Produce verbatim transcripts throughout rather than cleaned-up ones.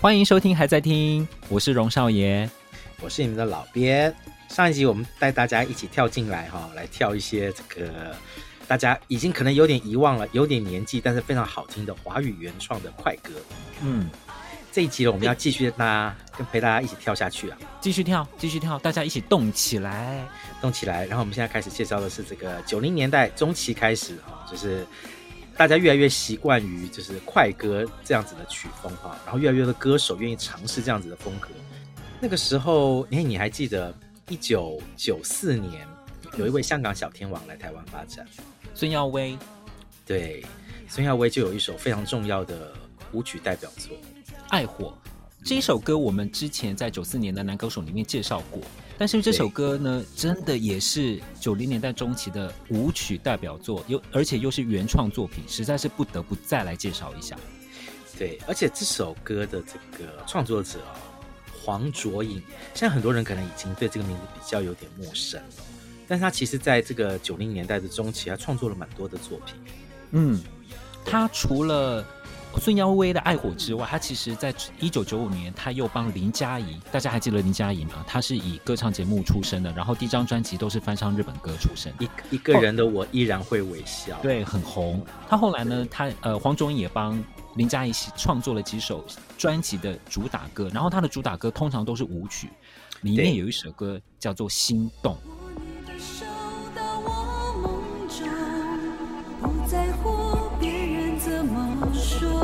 欢迎收听还在听，我是荣少爷， 我是你们的老编。上一集我们带大家一起跳进来哈，来跳一些这个大家已经可能有点遗忘了，有点年纪，但是非常好听的华语原创的快歌。嗯，这一集呢，我们要继续跟大家跟陪大家一起跳下去啊， 继续跳，继续跳，大家一起动起来， 动起来。然后我们现在开始介绍的是这个九零年代中期开始哈，就是大家越来越习惯于就是快歌这样子的曲风哈，然后越来越多的歌手愿意尝试这样子的风格。那个时候，你你还记得一九九四年有一位香港小天王来台湾发展， 孙耀威。 对，孙耀威就有一首非常重要的舞曲代表作《 爱火》。这一首歌我们之前在九四年的男歌手里面介绍过，但是这首歌呢，真的也是九零年代中期的舞曲代表作，又而且又是原创作品，实在是不得不再来介绍一下。 对，而且这首歌的这个创作者啊，黄卓颖，现在很多人可能已经对这个名字比较有点陌生了，但是他其实在这个九零年代的中期，他创作了蛮多的作品。 嗯，他除了孙耀威的《爱火》之外，他其实在一九九五年他又帮林嘉怡，大家还记得林嘉怡吗？他是以歌唱节目出身的，然后第一张专辑都是翻唱日本歌出身， 一一个人的我依然会微笑， 对，很红。他后来呢，他呃黄宗英也帮林嘉怡创作了几首专辑的主打歌，然后他的主打歌通常都是舞曲，里面有一首歌叫做《心动》。 不在乎别人怎么说，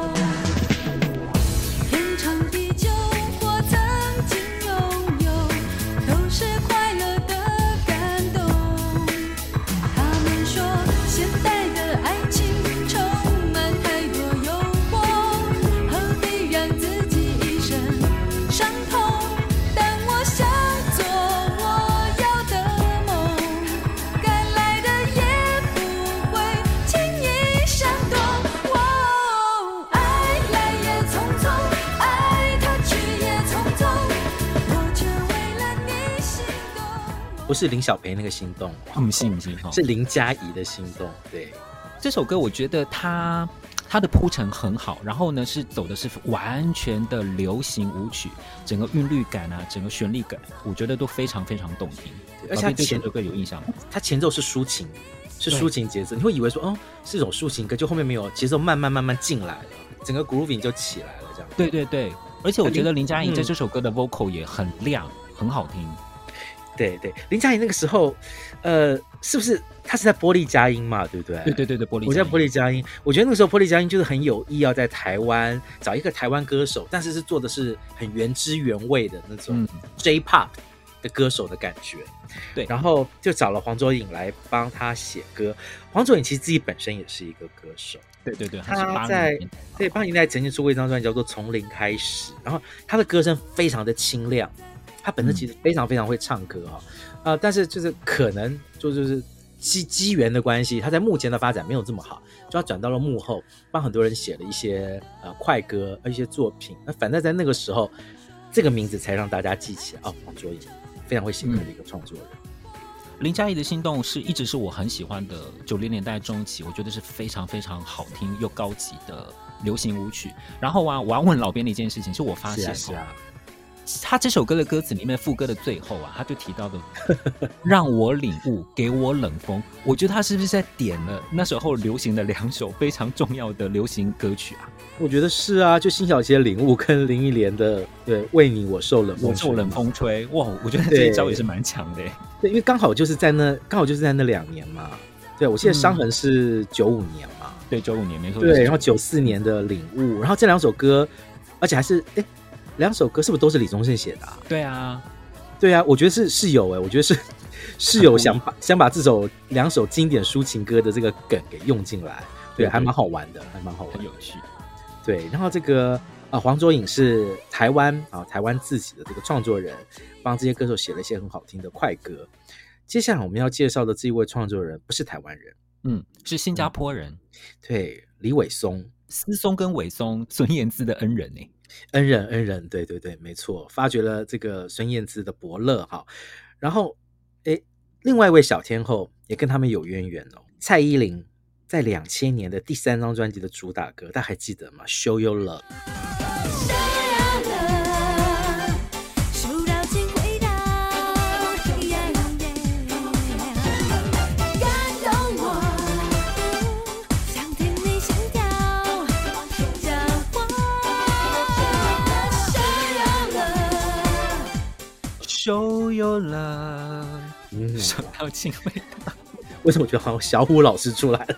天长地久或曾经拥有，都是快乐的感动。他们说现代的爱情充满太多诱惑，何必让自己一生伤痛？但我想做我要的梦，该来的也不会轻易闪躲。哦，爱来也匆匆，爱它去也匆匆，我却为了你心动。 不是林小培那个心动， 不是不是， 是林嘉怡的心动。对， 这首歌我觉得它它的铺陈很好，然后呢是走的是完全的流行舞曲，整个韵律感啊，整个旋律感，我觉得都非常非常动听。 而且它对这首歌有印象吗？ 它前奏是抒情，是抒情节奏，你会以为说哦是一首抒情歌，就后面没有，节奏慢慢慢慢进来了，整个 grooving 就起来了，这样。 对对对，而且我觉得林嘉怡在这首歌的 vocal 也很亮，很好听。 对对，林嘉怡那个时候，呃，是不是她是在玻璃佳音嘛？对不对？ 对对对对，玻璃佳音。 我在玻璃佳音，我觉得那个时候玻璃佳音就是很有意要在台湾找一个台湾歌手，但是是做的是很原汁原味的那种 J-pop 的歌手的感觉。 对， 然后就找了黄卓颖来帮他写歌。黄卓颖其实自己本身也是一个歌手。 对对对， 他在对八零年代曾经出过一张专辑叫做《从零开始》，然后他的歌声非常的清亮。他本身其实非常非常会唱歌啊、哦呃，但是就是可能就就是机机缘的关系，他在幕前的发展没有这么好，就他转到了幕后，帮很多人写了一些呃快歌、一些作品。那反正在那个时候，这个名字才让大家记起来哦，黄卓颖非常会写歌的一个创作人。 嗯、林嘉怡的心动是一直是我很喜欢的九零年代中期，我觉得是非常非常好听又高级的流行舞曲。然后啊，我要问老编的一件事情，是我发现是啊。 他这首歌的歌词里面副歌的最后啊，他就提到的让我领悟给我冷风，我觉得他是不是在点了那时候流行的两首非常重要的流行歌曲啊？ 我觉得是啊，就辛晓琪的领悟跟林忆莲的对为你我受冷风吹， 我受冷风吹，哇，我觉得这一招也是蛮强的。 对，因为刚好就是在那刚好就是在那两年嘛。对，我记得伤痕是九五年嘛、嗯、 对，九五年没错。 对，然后九四年的领悟，然后这两首歌而且还是哎两首歌是不是都是李宗盛写的、啊？ 对啊， 对啊，我觉得是是有哎、欸，我觉得是是有想把想把这首两首经典抒情歌的这个梗给用进来，对，对还蛮好玩的，还蛮好玩的， 很有趣。 对，然后这个啊黄卓颖是台湾啊台湾自己的这个创作人，帮这些歌手写了一些很好听的快歌。接下来我们要介绍的这一位创作人不是台湾人， 嗯，是新加坡人， 嗯、对，李伟松， 思松跟伟松，孙燕姿的恩人哎。 恩人恩人，对对对，没错，发掘了这个孙燕姿的伯乐哈。然后，诶，另外一位小天后也跟他们有渊源哦，蔡依林在两千年的第三张专辑的主打歌，大家还记得吗？ Show Your Love。 Show your love， 嗯， 手到擒未到。 为什么我觉得好像小虎老师出来了？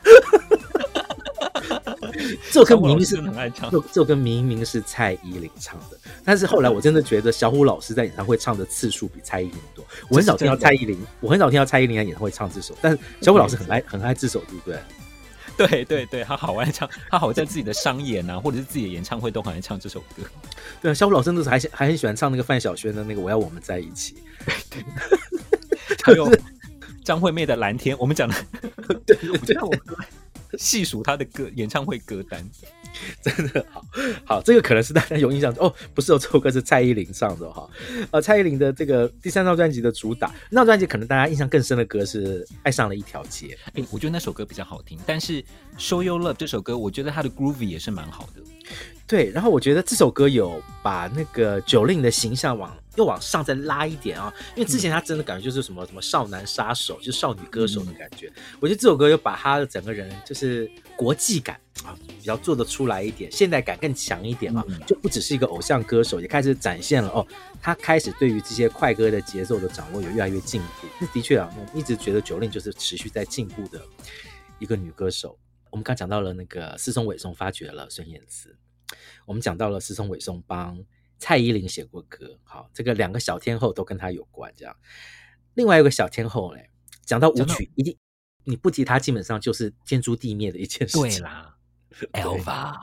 这首歌明明是很爱唱， 这首歌明明是蔡依林唱的，但是后来我真的觉得小虎老师在演唱会唱的次数比蔡依林多。我很少听到蔡依林，我很少听到蔡依林在演唱会唱这首，但是小虎老师很爱很爱这首，对不对？ 对对对，他好爱唱，他好在自己的商演啊，或者是自己的演唱会都很爱唱这首歌。 对啊，小虎老师那时候还还很喜欢唱那个范晓萱的那个《我要我们在一起》， 对，还有张惠妹的《蓝天》，我们讲的， 对对对， 我们细数他的歌演唱会歌单， 真的好好，这个可能是大家有印象哦，不是有这首歌是蔡依林唱的哈，呃，蔡依林的这个第三张专辑的主打，那张专辑可能大家印象更深的歌是《爱上了一条街》， 哎，我觉得那首歌比较好听，但是《Show Your Love》这首歌，我觉得它的 groovy 也是蛮好的。 对，然后我觉得这首歌有把那个九令的形象往又往上再拉一点啊，因为之前他真的感觉就是什么什么少男杀手，就是少女歌手的感觉。嗯、我觉得这首歌又把他的整个人就是国际感啊比较做得出来一点，现代感更强一点啊，嗯、就不只是一个偶像歌手，也开始展现了哦，他开始对于这些快歌的节奏的掌握有越来越进步。那的确啊，我一直觉得九令就是持续在进步的一个女歌手。我们刚讲到了那个思松伟松发掘了孙燕姿。我们讲到了思松伟松帮蔡依林写过歌，好，这个两个小天后都跟他有关，这样。另外一个小天后嘞，讲到舞曲，一定你不提他，基本上就是天诛地灭的一件事情。 对啦 ，Elva，Elva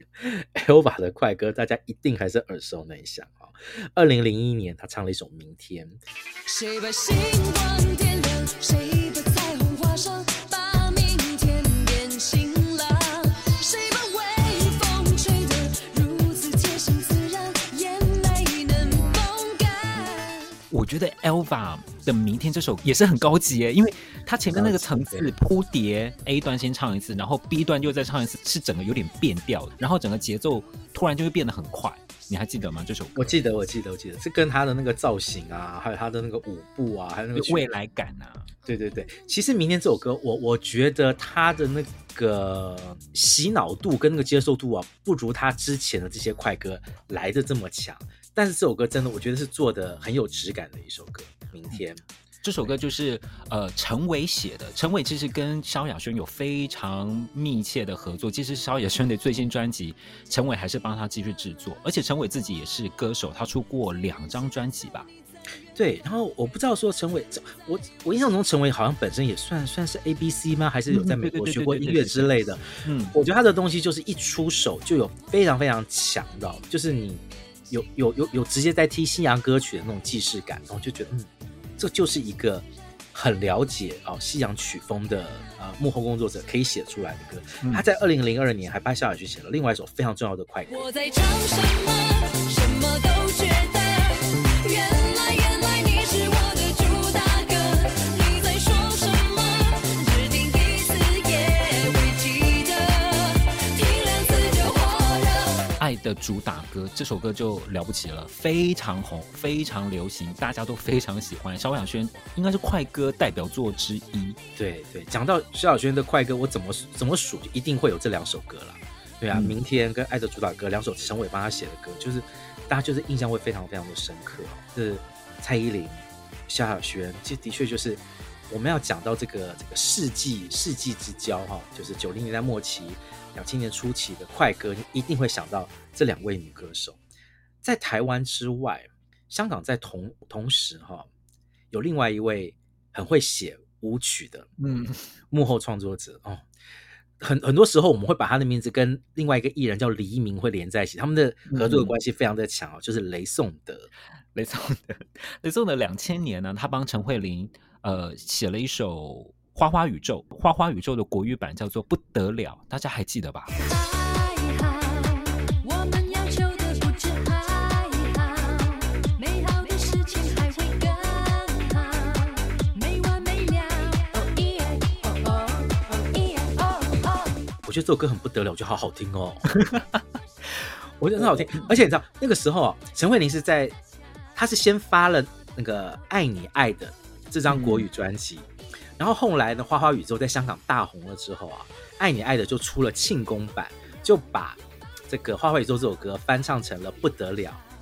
Elva 的快歌，大家一定还是耳熟能详啊。二零零一年，他唱了一首《明天》。谁把星光点亮？谁把彩虹画上？把明天变晴朗。谁把微风吹得如此贴心自然，眼泪能风干。我觉得 Elva 的《明天》这首也是很高级耶，因为他前面那个层次铺叠 ，A 段先唱一次，然后 B 段又再唱一次，是整个有点变调的，然后整个节奏突然就会变得很快。你还记得吗？这首歌我记得，我记得，我记得，是跟他的那个造型啊，还有他的那个舞步啊，还有那个未来感啊。 对对对，其实《明天》这首歌，我我觉得他的那个洗脑度跟那个接受度啊，不如他之前的这些快歌来的这么强。但是这首歌真的，我觉得是做的很有质感的一首歌，《明天》。 这首歌就是呃陈伟写的，陈伟其实跟萧亚轩有非常密切的合作。其实萧亚轩的最新专辑，陈伟还是帮他继续制作，而且陈伟自己也是歌手，他出过两张专辑吧。 对，然后我不知道说陈伟，我我印象中陈伟好像本身也算算是 A B C 吗？还是有在美国学过音乐之类的？嗯，我觉得他的东西就是一出手就有非常非常强的，就是你有有有有直接在听西洋歌曲的那种既视感，然后就觉得嗯。这就是一个很了解、哦、西洋曲风的、呃、幕后工作者可以写出来的歌。嗯、他在二零零二年还帮萧亚轩写了另外一首非常重要的快歌。我在唱什么，什么都觉得，原来原来你是我的主打歌。你在说什么？只听一次也会记得，听两次就火热。爱的主打歌这首歌就了不起了，非常红，非常流行，大家都非常喜欢。萧亚轩应该是快歌代表作之一。对对，讲到萧亚轩的快歌，我怎么怎么数，就一定会有这两首歌啦。对啊，嗯、明天跟爱的主打歌两首陈伟帮他写的歌，就是大家就是印象会非常非常的深刻。是蔡依林、萧亚轩，其实的确就是我们要讲到这个这个世纪世纪之交哈，就是九零年代末期、两千年初期的快歌，你一定会想到这两位女歌手。在台湾之外，香港在同同时哈，有另外一位很会写舞曲的嗯幕后创作者哦。很很多时候我们会把他的名字跟另外一个艺人叫黎明会连在一起，他们的合作的关系非常的强、哦、就是雷颂德。 雷颂德，雷颂德两千年呢，他帮陈慧琳呃写了一首《花花宇宙》，《花花宇宙》的国语版叫做《不得了》，大家还记得吧？ 我觉得这首歌很不得了，我觉得好好听哦。我觉得很好听，而且你知道那个时候啊，陈慧琳是在，她是先发了那个《爱你爱的》这张国语专辑，嗯、然后后来呢，《花花宇宙》在香港大红了之后啊，《爱你爱的》就出了庆功版，就把这个《花花宇宙》这首歌翻唱成了《不得了》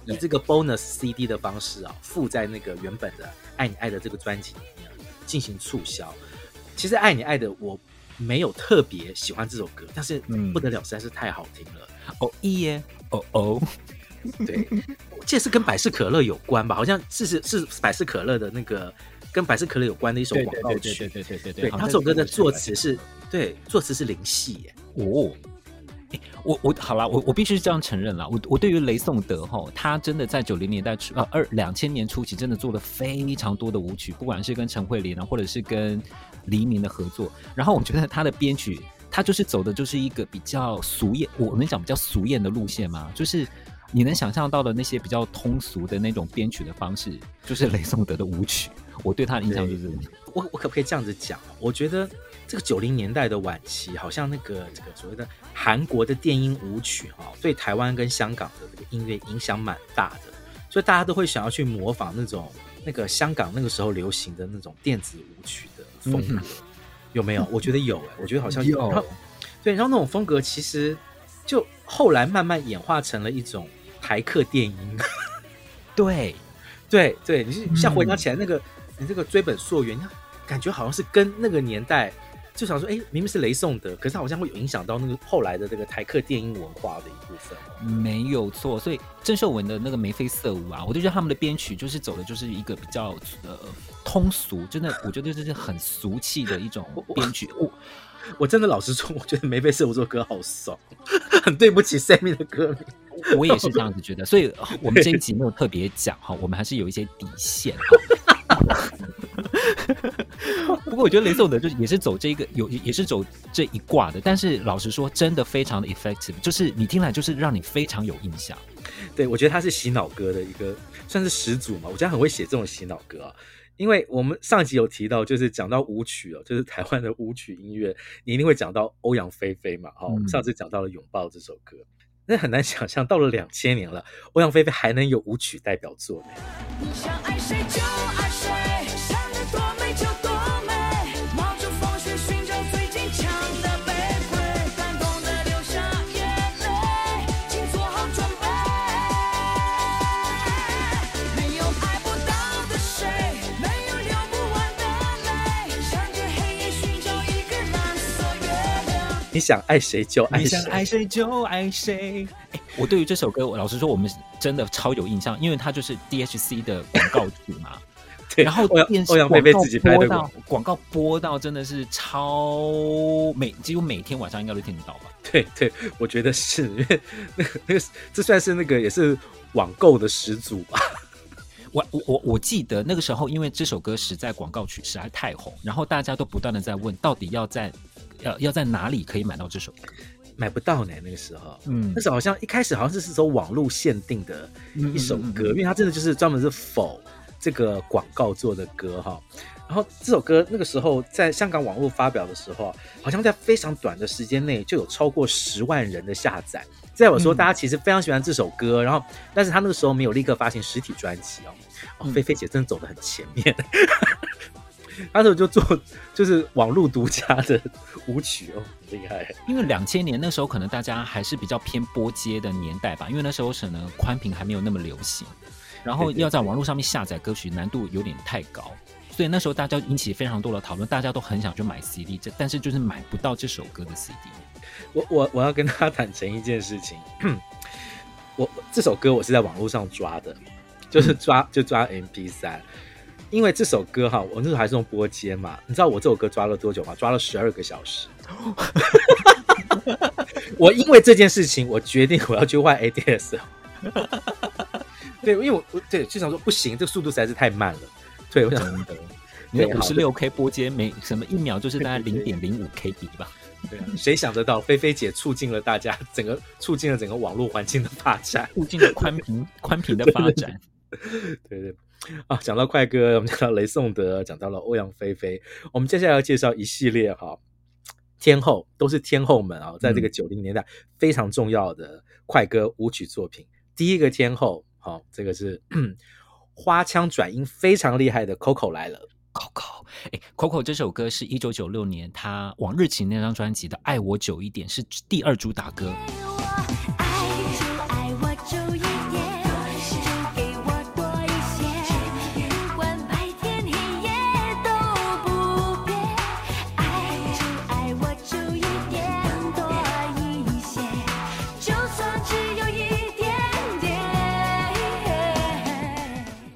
以这个 bonus C D 的方式啊，附在那个原本的《爱你爱的》这个专辑里面进行促销。其实《爱你爱的》我没有特别喜欢这首歌，但是不得了，实在是太好听了。 哦咦耶，哦哦， 对，我记得是跟百事可乐有关吧？好像是是是百事可乐的那个跟百事可乐有关的一首广告曲。 对对对对对对，他这首歌的作词是，对，作词是林夕耶。 哦。我我好啦，我我必须这样承认啦。我我对于雷颂德哈，他真的在九零年代初呃二两千年初期，真的做了非常多的舞曲，不管是跟陈慧琳啊，或者是跟黎明的合作。然后我觉得他的编曲，他就是走的就是一个比较俗艳，我能讲比较俗艳的路线嘛，就是你能想象到的那些比较通俗的那种编曲的方式，就是雷颂德的舞曲。我对他的印象就是， 我我可不可以这样子讲？我觉得这个九零年代的晚期，好像那个这个所谓的韩国的电音舞曲哈，对台湾跟香港的这个音乐影响蛮大的，所以大家都会想要去模仿那种那个香港那个时候流行的那种电子舞曲的风格，嗯、有没有？我觉得有、欸，我觉得好像有。然后对，然后那种风格其实就后来慢慢演化成了一种台客电音。 对对对，你是像回想起来那个。你这个追本溯源，感觉好像是跟那个年代，就想说，哎，明明是雷颂德，可是它好像会有影响到那个后来的这个台客电音文化的一部分。 没有错，所以郑秀文的那个眉飞色舞啊，我就觉得他们的编曲就是走的就是一个比较呃通俗，真的，我觉得这是很俗气的一种编曲。 我我真的老实说，我觉得眉飞色舞这首歌好怂，很对不起 Sammy 的歌名。 我也是这样子觉得，所以我们这一集没有特别讲哈，我们还是有一些底线。不过我觉得雷颂德就也是走这个有也是走这一挂的，但是老实说真的非常的 effective， 就是你听来就是让你非常有印象。 对，我觉得他是洗脑歌的一个算是始祖嘛，我觉得很会写这种洗脑歌啊。因为我们上集有提到，就是讲到舞曲哦，就是台湾的舞曲音乐，你一定会讲到欧阳菲菲嘛。哦，我们上次讲到了《拥抱》这首歌，那很难想象到了两千年了，欧阳菲菲还能有舞曲代表作呢。 你想爱谁就爱谁，想得多美就多美，冒着风雪寻找最坚强的玫瑰，感动的流下眼泪，请做好准备。没有爱不到的谁，没有流不完的泪，向着黑夜寻找一个蓝色月亮。 你想爱谁就爱谁， 你想爱谁就爱谁。欸、我对于这首歌，我老实说，我们真的超有印象，因为它就是 D H C 的广告曲嘛。 对， 然后欧阳菲菲自己拍的广广告播到真的是超每几乎每天晚上应该都听得到吧？ 对对，我觉得是，因为那个那个这算是那个也是网购的始祖吧。 我我我记得那个时候，因为这首歌实在广告曲实在太红，然后大家都不断的在问，到底要在要要在哪里可以买到这首歌？ 买不到呢，那个时候，嗯，那时候好像一开始好像是首网络限定的一首歌，嗯嗯嗯嗯因为它真的就是专门是否这个广告做的歌哈。然后这首歌那个时候在香港网络发表的时候，好像在非常短的时间内就有超过十万人的下载。在我说，大家其实非常喜欢这首歌，然后但是他那个时候没有立刻发行实体专辑哦。哦，菲菲姐真的走得很前面。他那时候就做就是网络独家的舞曲哦，很厉害。 因为两千年那时候可能大家还是比较偏拨接的年代吧，因为那时候可能宽频还没有那么流行，然后要在网络上面下载歌曲难度有点太高，所以那时候大家引起非常多的讨论，大家都很想去买 C D， 但是就是买不到这首歌的 C D。 我我我要跟他坦诚一件事情，我这首歌我是在网络上抓的，就是抓、嗯、就抓 M P 三。因为这首歌哈，我那时候还是用拨接嘛，你知道我这首歌抓了多久吗？抓了十二个小时。我因为这件事情，我决定我要去换 A D S L。对，因为我我对就想说不行，这个速度实在是太慢了。对，我想的，因为五十六 K 拨接每什么一秒就是大概零点零五 K B 吧。 对啊，谁想得到菲菲姐促进了大家整个促进了整个网络环境的发展， 促进了宽频宽频的发展。 对对啊，讲到快歌，我们讲到雷颂德，讲到了欧阳菲菲，我们接下来要介绍一系列哈天后，都是天后们啊，在这个九零年代非常重要的快歌舞曲作品。第一个天后，好，这个是花腔转音非常厉害的 Coco 来了。 Coco， 哎 ，Coco 这首歌是一九九六年他往日情那张专辑的《爱我久一点》是第二主打歌。 爱就爱我久一点，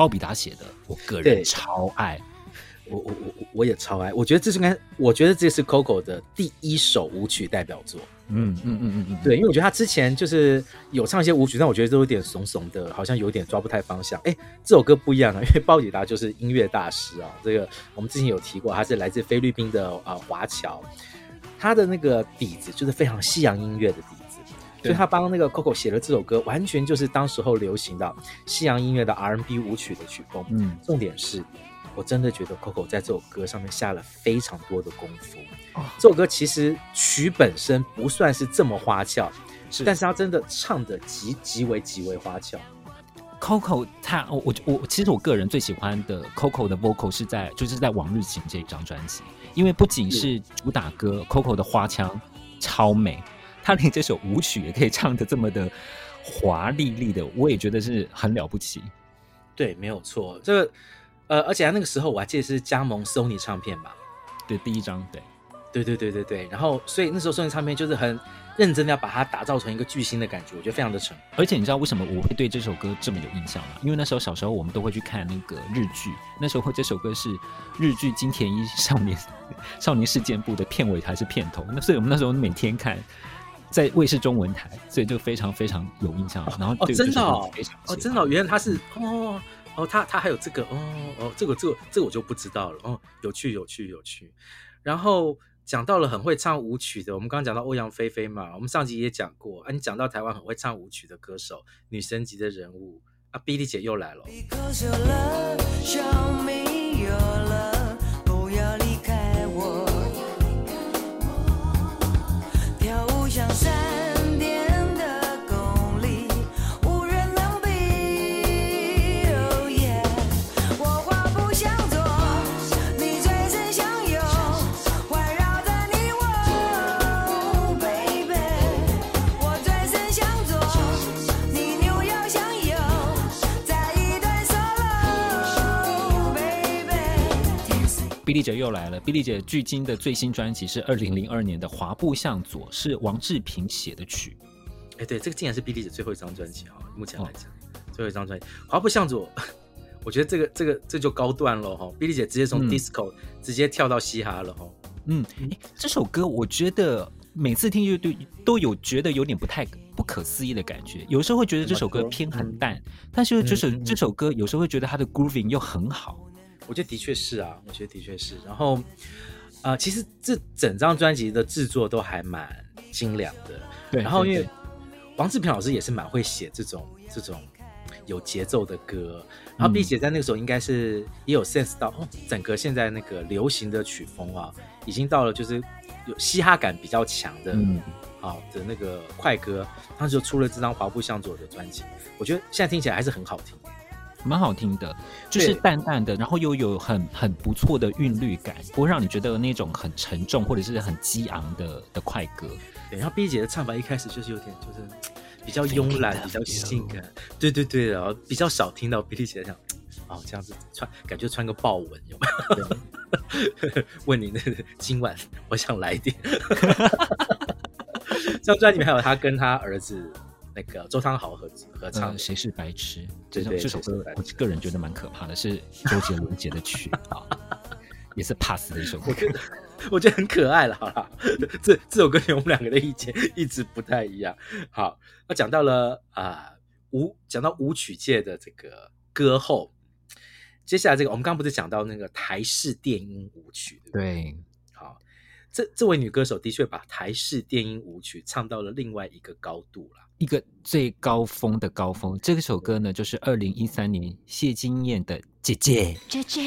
包比达写的，我个对人超爱。 我我我我也超爱，我觉得这是应该，我觉得这是 Coco 的第一首舞曲代表作。 嗯嗯嗯嗯嗯， 对，因为我觉得他之前就是有唱一些舞曲，但我觉得都有点怂怂的，好像有点抓不太方向。哎，这首歌不一样啊，因为包比达就是音乐大师啊，这个我们之前有提过，他是来自菲律宾的啊、呃、华侨，他的那个底子就是非常西洋音乐的底子，所以他帮那个 Coco 写了这首歌，完全就是当时候流行的西洋音乐的 R and B 舞曲的曲风。嗯，重点是。我真的觉得 Coco 在这首歌上面下了非常多的功夫。哦、这首歌其实曲本身不算是这么花俏，是，但是他真的唱的极极为极为花俏。 Coco 他我我其实我个人最喜欢的 Coco 的 vocal 是在就是在《往日情》这一张专辑，因为不仅是主打歌 Coco 的花腔超美，他连这首舞曲也可以唱得这么的华丽丽的，我也觉得是很了不起。 对，没有错，这个。呃，而且他那个时候我还记得是加盟 Sony 唱片吧？ 对，第一张，对， 对对对对对。然后，所以那时候 Sony 唱片就是很认真的要把它打造成一个巨星的感觉，我觉得非常的成。 而且你知道为什么我会对这首歌这么有印象吗？因为那时候小时候我们都会去看那个日剧，那时候这首歌是日剧金田一少年少年事件簿的片尾还是片头，那所以我们那时候每天看。在卫视中文台，所以就非常非常有印象。然后哦，真的哦， 哦， 真的、哦，原来他是哦哦，他他还有这个哦哦，这个这个这个我就不知道了哦，有趣有趣有趣。然后讲到了很会唱舞曲的，我们刚刚讲到欧阳菲菲嘛，我们上集也讲过啊。你讲到台湾很会唱舞曲的歌手，女神级的人物啊，比利姐又来了。 像闪电的功力，无人能比。Oh yeah， 我话不想做，你最深相拥，环绕着你我 ，baby。我最深想做，你扭腰相拥，在一段 solo，baby。 比利姐又来了，比利姐距今的最新专辑是二零零二年的《滑步向左》，是王志平写的曲。 哎，对，这个竟然是比利姐最后一张专辑哈，目前来讲、哦、最后一张专辑《滑步向左》，我觉得这个这个这就高段了哈。比利姐直接从 disco、嗯、直接跳到嘻哈了哈。 嗯，这首歌我觉得每次听就都都有觉得有点不太不可思议的感觉，有时候会觉得这首歌偏很淡，嗯、但是这首、嗯、这首歌有时候会觉得它的 grooving 又很好。 我觉得的确是啊，我觉得的确是。然后，呃，其实这整张专辑的制作都还蛮精良的。 对。 然后因为王志平老师也是蛮会写这种这种有节奏的歌，然后毕姐在那个时候应该是也有 sense 到、哦、整个现在那个流行的曲风啊，已经到了就是有嘻哈感比较强的，嗯，好的那个快歌，他就出了这张《滑步向左》的专辑，我觉得现在听起来还是很好听。 蛮好听的，就是淡淡的，然后又有很很不错的韵律感，不会让你觉得那种很沉重或者是很激昂的的快歌。 对，然后 B 姐的唱法一开始就是有点就是比较慵懒，比较性感，对对对，然后比较少听到 B 姐这样哦这样子穿，感觉穿个豹纹有没有？问你那个今晚我想来点。这张专辑里面还有他跟他儿子。那个周汤豪合合唱的、 呃《谁是白痴》 对对， 这首歌，我个人觉得蛮可怕的，是周杰伦写的曲啊，也是 pass 的一首歌。 我觉得我觉得很可爱了，好了，这这首歌我们两个的意见一直不太一样。好，那讲到了啊、呃、舞，讲到舞曲界的这个歌后，接下来这个我们刚刚不是讲到那个台式电音舞曲，对不对？ 对， 好，这这位女歌手的确把台式电音舞曲唱到了另外一个高度了。 一个最高峰的高峰，这首歌呢，就是二零一三年谢金燕的《姐姐》。姐姐，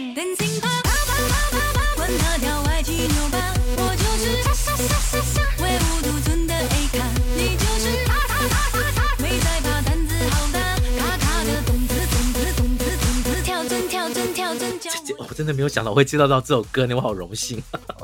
管他跳歪七扭八，我就是唯吾独尊的 A 咖，你就是没在怕胆子好大，卡卡的动子动子动子动子跳针跳针跳针。姐姐，我真的没有想到我会接到到这首歌呢，我好荣幸。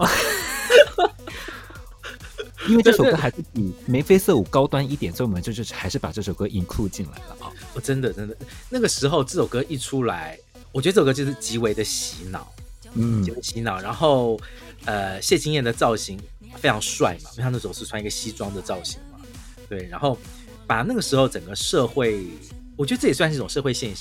因为这首歌还是比眉飞色舞高端一点，所以我们就就是还是把这首歌 include 进来了啊！ 哦，真的真的，那个时候这首歌一出来，我觉得这首歌就是极为的洗脑，嗯，极为洗脑。然后，呃，谢金燕的造型非常帅嘛，因为他那时候是穿一个西装的造型嘛，对。然后把那个时候整个社会，我觉得这也算是一种社会现象，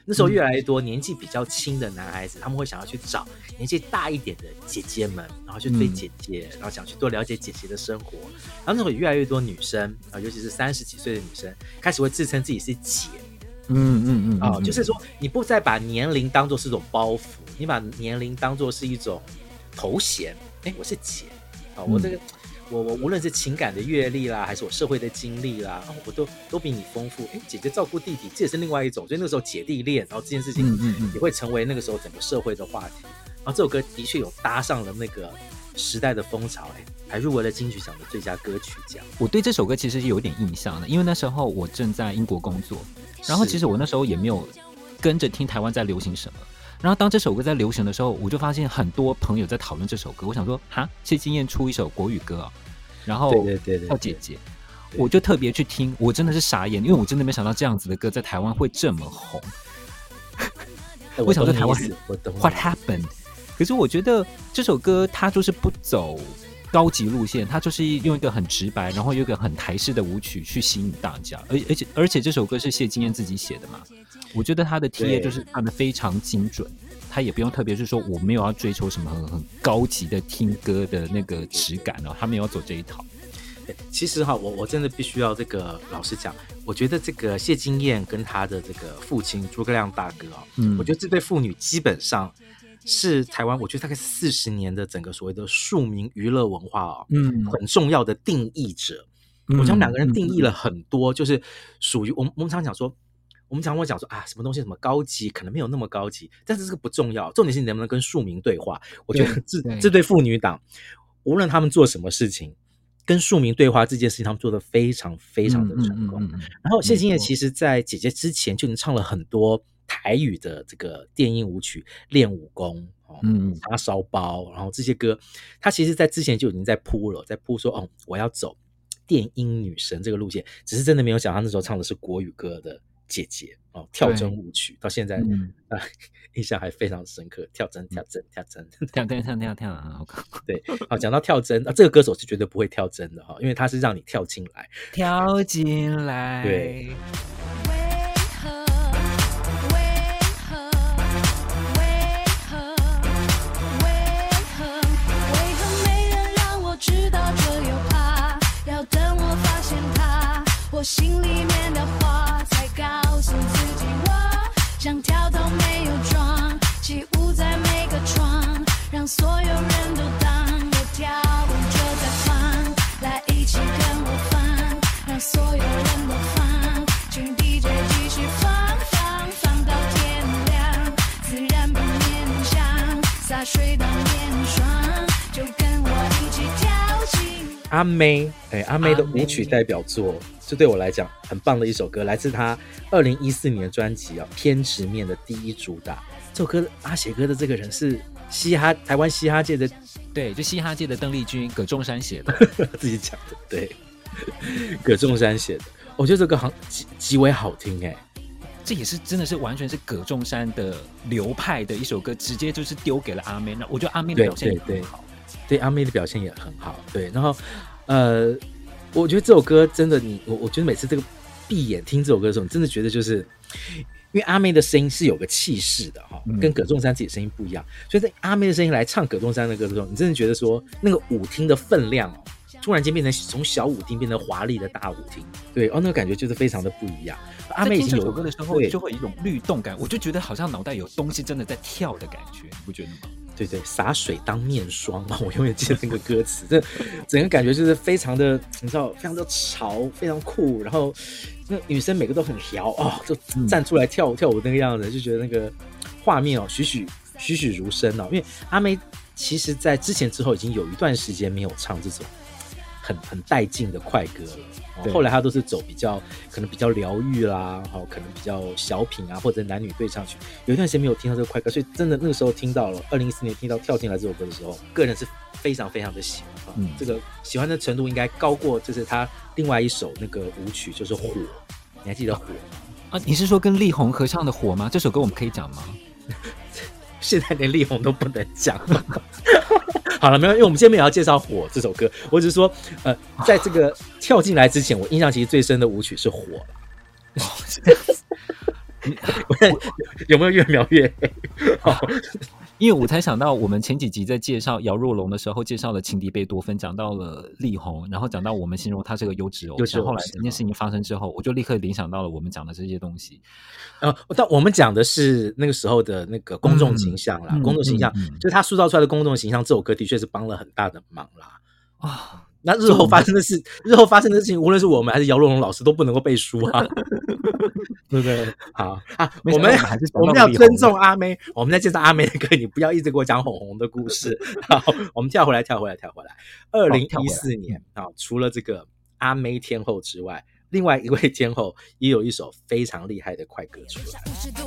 那时候越来越多年纪比较轻的男孩子，他们会想要去找年纪大一点的姐姐们，然后去追姐姐，嗯、然后想去多了解姐姐的生活。然后那时候也越来越多女生啊，尤其是三十几岁的女生，开始会自称自己是姐。 嗯嗯嗯， 啊、哦，就是说你不再把年龄当作是一种包袱，你把年龄当作是一种头衔。哎，我是姐啊、哦，我这个。嗯我我无论是情感的阅历啦，还是我社会的经历啦，哦、我都都比你丰富。哎，姐姐照顾弟弟，这也是另外一种。所以那个时候姐弟恋，然后这件事情也会成为那个时候整个社会的话题。然后这首歌的确有搭上了那个时代的风潮，哎，还入围了金曲奖的最佳歌曲奖。 我对这首歌其实是有点印象的，因为那时候我正在英国工作，然后其实我那时候也没有跟着听台湾在流行什么。然后当这首歌在流行的时候，我就发现很多朋友在讨论这首歌。我想说，哈，谢金燕出一首国语歌啊，然后叫姐姐，我就特别去听，我真的是傻眼，因为我真的没想到这样子的歌在台湾会这么红。我想说台湾 What happened？ 可是我觉得这首歌它就是不走高级路线，它就是用一个很直白，然后有一个很台式的舞曲去吸引大家，而而且而且这首歌是谢金燕自己写的嘛。我觉得他的 T A 就是看得非常精准，他也不用特别是说我没有要追求什么 很, 很高级的听歌的那个质感哦，他没有要走这一套。 其实哈，我我真的必须要这个老实讲，我觉得这个谢金燕跟他的这个父亲诸葛亮大哥啊、哦，嗯，我觉得这对父女基本上是台湾，我觉得大概四十年的整个所谓的庶民娱乐文化哦，嗯，很重要的定义者。嗯、我想两个人定义了很多，嗯、就是属于我们我们常讲说。我们常会讲说啊，什么东西什么高级，可能没有那么高级，但是这个不重要，重点是你能不能跟庶民对话。我觉得这这对妇女党，无论他们做什么事情，跟庶民对话这件事情，他们做得非常非常的成功。嗯嗯嗯嗯、然后谢金燕其实在姐姐之前就已经唱了很多台语的这个电音舞曲，练武功。嗯，叉烧包，然后这些歌，她其实在之前就已经在铺了，在铺说哦，我要走电音女神这个路线，只是真的没有想她那时候唱的是国语歌的。姐姐哦，跳针舞曲到现在、嗯啊、印象还非常深刻。跳针，跳针，跳针， 跳跳跳跳跳啊！ 对，好，讲到跳针啊，这个歌手是绝对不会跳针的哈，因为他是让你跳进来， 跳进来。 对。 我心里面的话才告诉自己，我像跳蚤没有装，起舞在每个窗，让所有人都当我跳舞就在放，来一起跟我放，让所有人都放，请 D J 继续放放放到天亮，自然不勉强，洒水到面霜，就跟我一起跳进。 阿妹，哎，阿妹的舞曲代表作。这对我来讲很棒的一首歌，来自他二零一四年的专辑啊《偏执面》的第一主打。这首歌他写歌的这个人是嘻哈台湾嘻哈界的， 对，就嘻哈界的邓丽君，葛仲山写的， 自己讲的，对，葛仲山写的。我觉得这个好极极为好听哎， 这也是真的是完全是葛仲山的流派的一首歌，直接就是丢给了阿妹。那我觉得阿妹的表现也很好， 对，对，对，阿妹的表现也很好，对，然后呃。我觉得这首歌真的你，我我觉得每次这个闭眼听这首歌的时候，你真的觉得就是，因为阿妹的声音是有个气势的哈，跟葛仲山自己的声音不一样，所以在阿妹的声音来唱葛仲山的歌的时候，你真的觉得说那个舞厅的分量哦，突然间变成从小舞厅变成华丽的大舞厅，对哦，那个感觉就是非常的不一样。 阿妹已经有这首歌的时候，就会有一种律动感，我就觉得好像脑袋有东西真的在跳的感觉，你不觉得吗？ 对对，洒水当面霜嘛，我永远记得那个歌词，这整个感觉就是非常的，你知道，非常的潮，非常酷，然后那女生每个都很摇哦，就站出来跳舞、嗯、跳舞那个样子，就觉得那个画面哦，栩栩栩栩如生哦。因为阿妹其实在之前之后已经有一段时间没有唱这种很很带劲的快歌了。后来他都是走比较可能比较疗愈啦，可能比较小品啊，或者男女对唱曲。有一段时间没有听到这个快歌，所以真的那个时候听到了二零一四年听到跳进来这首歌的时候，个人是非常非常的喜欢、嗯、这个喜欢的程度应该高过就是他另外一首那个舞曲，就是火。你还记得火啊？你是说跟力宏合唱的火吗？这首歌我们可以讲吗？ 现在连力宏都不能讲好了，没有，因为我们今天没有要介绍《火》这首歌，我只是说，呃，在这个跳进来之前，我印象其实最深的舞曲是《火》了。哦，是这样子。 有没有越描越黑？ 因为我才想到，我们前几集在介绍姚若龙的时候，介绍了情敌贝多芬，讲到了力宏，然后讲到我们形容他是个优质偶像。后来这件事情发生之后，我就立刻联想到了我们讲的这些东西。 呃，但我们讲的是那个时候的那个公众形象啦，嗯、公众形象、嗯嗯、就是他塑造出来的公众形象，这首歌的确是帮了很大的忙啦。啊。那日后发生的事，日后发生的事情，无论是我们还是姚若龙老师都不能够背书啊，对不对？好啊，我们我们要尊重阿妹，我们在介绍阿妹的歌，你不要一直给我讲红红的故事。好，我们跳回来，跳回来，跳回来。二零一四年啊、哦，除了这个阿妹天后之外，另外一位天后也有一首非常厉害的快歌出来。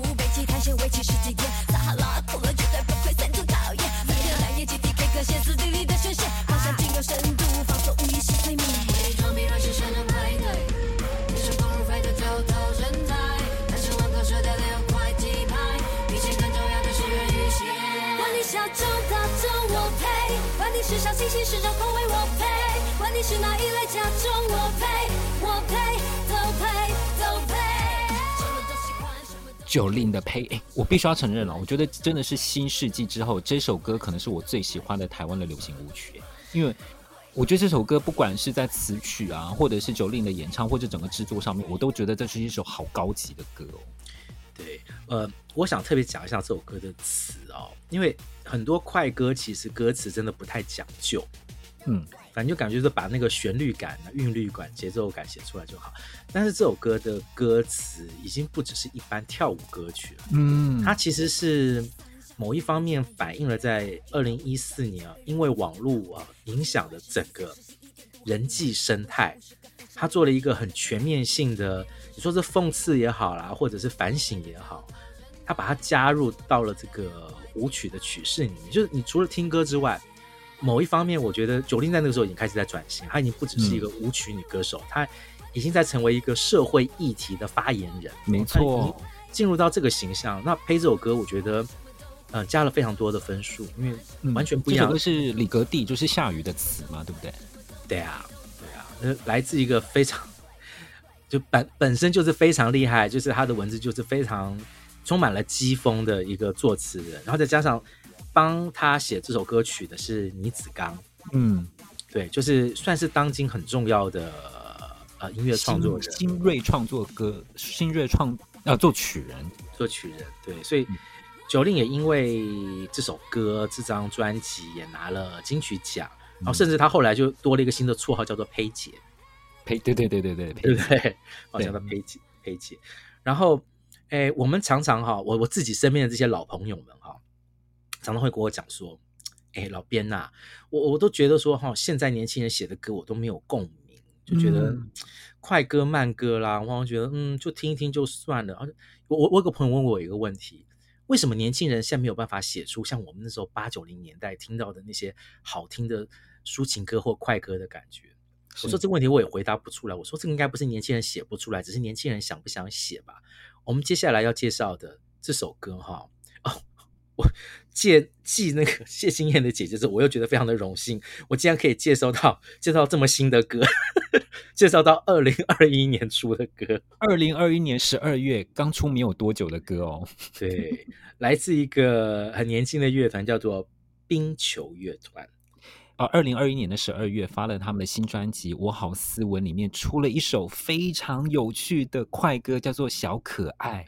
时尚新兴时装口味我配，管你是哪一类甲种我配，我配都配都配。 九令的配，哎，我必须要承认了，我觉得真的是新世纪之后，这首歌可能是我最喜欢的台湾的流行舞曲，因为我觉得这首歌不管是在词曲啊，或者是九令的演唱，或者整个制作上面，我都觉得这是一首好高级的歌哦。 对，呃，我想特别讲一下这首歌的词哦，因为很多快歌其实歌词真的不太讲究，嗯，反正就感觉是把那个旋律感、韵律感、节奏感写出来就好。但是这首歌的歌词已经不只是一般跳舞歌曲了，嗯，它其实是某一方面反映了在二零一四年啊，因为网络啊影响的整个人际生态，它做了一个很全面性的。你说是讽刺也好啦，或者是反省也好，他把它加入到了这个舞曲的曲式里面。就是你除了听歌之外，某一方面，我觉得九令在那个时候已经开始在转型，她已经不只是一个舞曲女歌手，她、嗯、已经在成为一个社会议题的发言人。 没错， 进入到这个形象，那配这首歌，我觉得呃加了非常多的分数，因为完全不一样。 嗯、这首歌是李格弟，就是下雨的词嘛，对不对？ 对啊，对啊，来自一个非常。就 本, 本身就是非常厉害，就是他的文字就是非常充满了讥讽的一个作词人，然后再加上帮他写这首歌曲的是倪子刚，嗯，对，就是算是当今很重要的呃音乐创作人， 新锐创作歌，新锐创呃作曲人， 作曲人，对，所以九令也因为这首歌这张专辑也拿了金曲奖，然后甚至他后来就多了一个新的绰号叫做佩姐。 对对对对对对， 对不对？好像叫佩姐，佩姐。然后，哎，我们常常哈，我我自己身边的这些老朋友们哈，常常会跟我讲说，哎，老编呐、啊，我我都觉得说哈，现在年轻人写的歌我都没有共鸣，就觉得快歌慢歌啦，我觉得嗯，就听一听就算了。我我我有个朋友问我一个问题，为什么年轻人现在没有办法写出像我们那时候八九零年代听到的那些好听的抒情歌或快歌的感觉？我说这个问题我也回答不出来，我说这个应该不是年轻人写不出来，只是年轻人想不想写吧。我们接下来要介绍的这首歌哈，哦，我借继那个谢欣燕的姐姐之后，我又觉得非常的荣幸，我竟然可以介绍到介绍到这么新的歌，介绍到二零二一年出的歌， 二零二一年十二月刚出没有多久的歌哦。 对，来自一个很年轻的乐团，叫做冰球乐团。 二零二一年的十二月发了他们的新专辑《我好斯文》，里面出了一首非常有趣的快歌，叫做《小可爱》。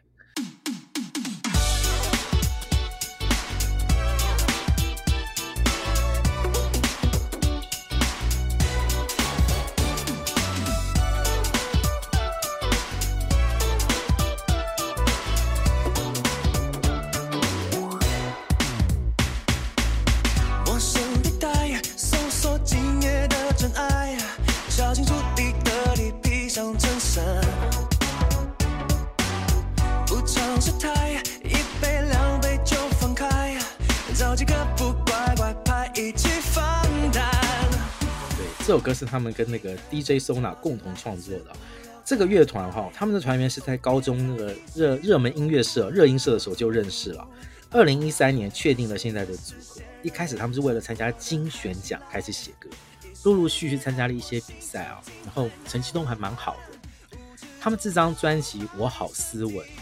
这首歌是他们跟那个 D J Sona 共同创作的。这个乐团哈，他们的团员是在高中那个热热门音乐社、热音社的时候就认识了。二零一三年确定了现在的组合。一开始他们是为了参加金选奖开始写歌，陆陆续续参加了一些比赛啊，然后成绩都还蛮好的。他们这张专辑《我好斯文》哦，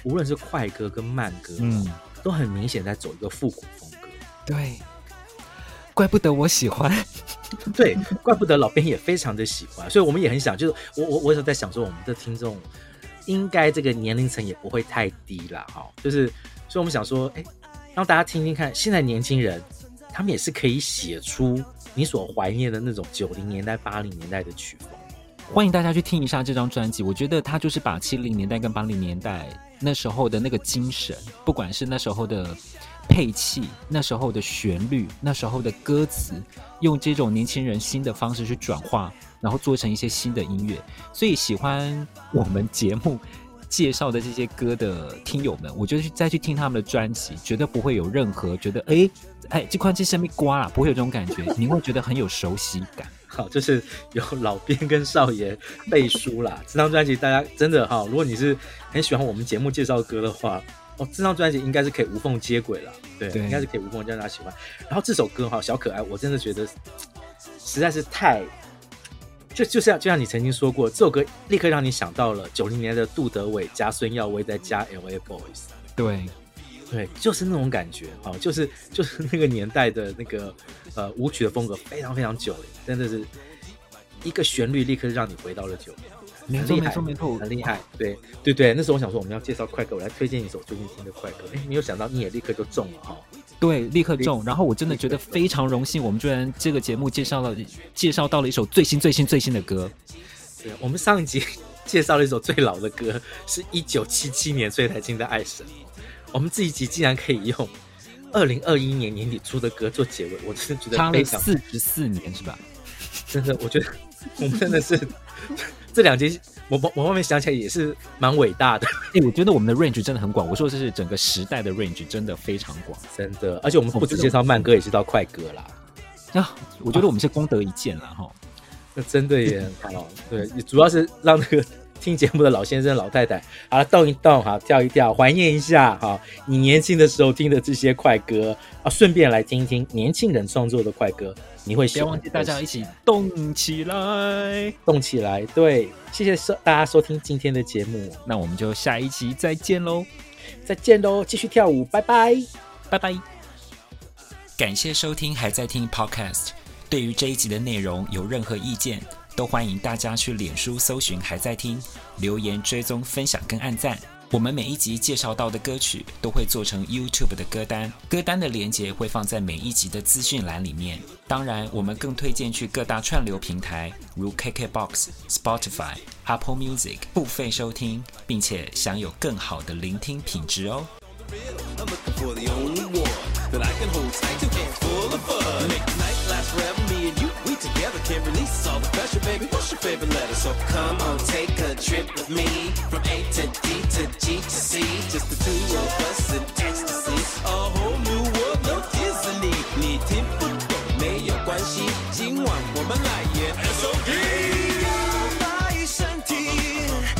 无论是快歌跟慢歌，嗯，都很明显在走一个复古风格。 对，怪不得我喜欢。 对，怪不得老编也非常的喜欢，所以我们也很想，就是我我我有在想说，我们的听众应该这个年龄层也不会太低啦，哈，就是所以我们想说，哎，让大家听听看，现在年轻人他们也是可以写出你所怀念的那种九零年代、八零年代的曲风。 欢迎大家去听一下这张专辑，我觉得它就是把七零年代跟八零年代那时候的那个精神，不管是那时候的配器，那时候的旋律，那时候的歌词，用这种年轻人新的方式去转化，然后做成一些新的音乐。所以喜欢我们节目介绍的这些歌的听友们，我觉得再去听他们的专辑，绝对不会有任何觉得哎哎这款这什么瓜啦，不会有这种感觉，你会觉得很有熟悉感。 好，就是有老编跟少爷背书啦。这张专辑大家真的哈，如果你是很喜欢我们节目介绍歌的话，哦，这张专辑应该是可以无缝接轨啦，对，对应该是可以无缝让大家喜欢。然后这首歌哈，小可爱，我真的觉得实在是太，就就像就像你曾经说过，这首歌立刻让你想到了九零年的杜德伟加孙耀威再加 L A Boys， 对。 对，就是那种感觉，哦，就是就是那个年代的那个呃舞曲的风格，非常非常九零，真的是一个旋律立刻让你回到了九零， 没错没错没错， 很厉害。对对对，那时候我想说我们要介绍快歌，我来推荐一首最近听的快歌，哎，没有想到你也立刻就中了哈、哦。 对，立刻中。然后我真的觉得非常荣幸，我们居然这个节目介绍了介绍到了一首最新最新最新的歌。 对，我们上一集介绍了一首最老的歌，是一九七七年崔台青的《爱神》。我们这一集竟然可以用二零二一年年底出的歌做结尾，我真的觉得非常差了四十四年是吧？ 真的，我觉得我们真的是这两集，我我外面想起来也是蛮伟大的。 欸、我觉得我们的 range 真的很广，我说的是整个时代的 range 真的非常广， 真的。而且我们不只介绍慢歌，也介绍快歌啦。 啊，我觉得我们是功德一件啦哈。 那真的也好，对，主要是让那个听节目的老先生、老太太，好了，动一动，好，跳一跳，怀念一下，好，你年轻的时候听的这些快歌啊，顺便来听一听年轻人创作的快歌，你会喜欢。 不要忘记大家一起动起来， 动起来。对，谢谢大家收听今天的节目， 那我们就下一期再见喽， 再见喽，继续跳舞，拜拜， 拜拜。感谢收听还在听 Podcast， 对于这一集的内容有任何意见，都欢迎大家去脸书搜寻还在听，留言追踪分享跟按赞。我们每一集介绍到的歌曲都会做成 YouTube 的歌单，歌单的连结会放在每一集的资讯栏里面。当然我们更推荐去各大串流平台如 K K B O X、Spotify、Apple Music 付费收听，并且享有更好的聆听品质哦。I'm looking for the only one that I can hold tight to and full of fun. Make the night last forever, me and you, we together can't release all the pressure, baby. What's your favorite letter? So come on, take a trip with me from A to D to G to C. Just the two of us in ecstasy. A whole new world, no Disney. 你听不懂没有关系，今晚我们来演 S O P。摇摆身体。